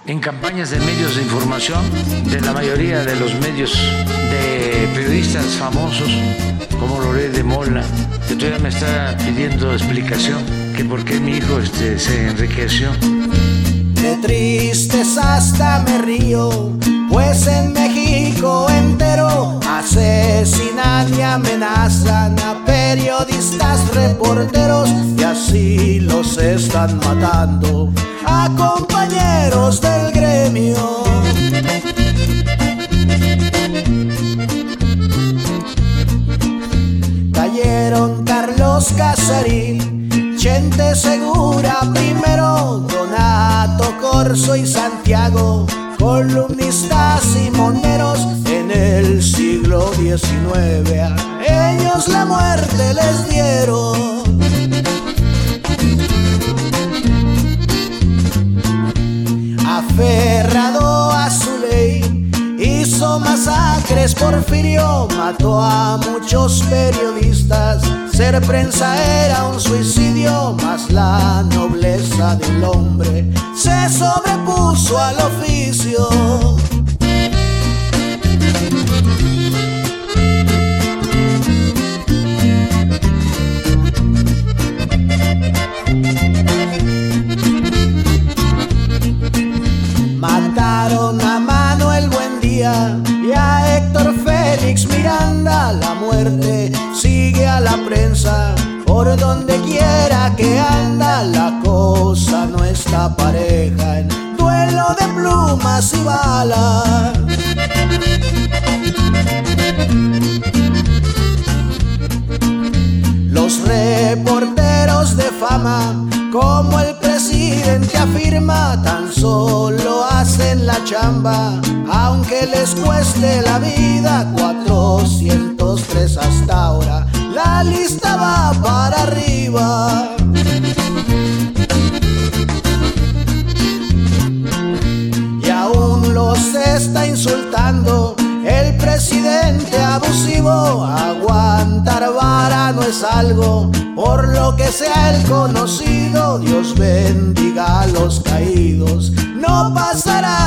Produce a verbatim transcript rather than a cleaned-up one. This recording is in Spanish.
en campañas de medios de información, de la mayoría de los medios, de periodistas famosos como Loret de Mola, que todavía me está pidiendo explicación que por qué mi hijo este, se enriqueció. De tristeza hasta me río, pues en México entero asesinan y amenazan a periodistas, reporteros, y así los están matando a compañeros del gremio. Cayeron Carlos Casarín, Chente Segura primero, Donato Corso y Santiago, columnistas y moneros en el siglo diecinueve. A ellos la muerte les dieron. Aferrado a su ley, hizo masacres, Porfirio mató a muchos periodistas. Ser prensa era un suicidio, mas la nobleza del hombre se sobrepuso al oficio. Mataron a Manuel Buendía y a Héctor Félix Miranda. La muerte sigue a la prensa por donde quiera que anda. La cosa no está pareja en duelo de plumas y balas. Los reporteros de fama, como el presidente afirma, tan solo hacen la chamba, aunque les cueste la vida. Cuatrocientos tres hasta ahora, la lista va para arriba. Y aún los está insultando el presidente abusivo. Aguantar vara no es algo, por lo que sea el conocido. Dios bendiga a los caídos, no pasará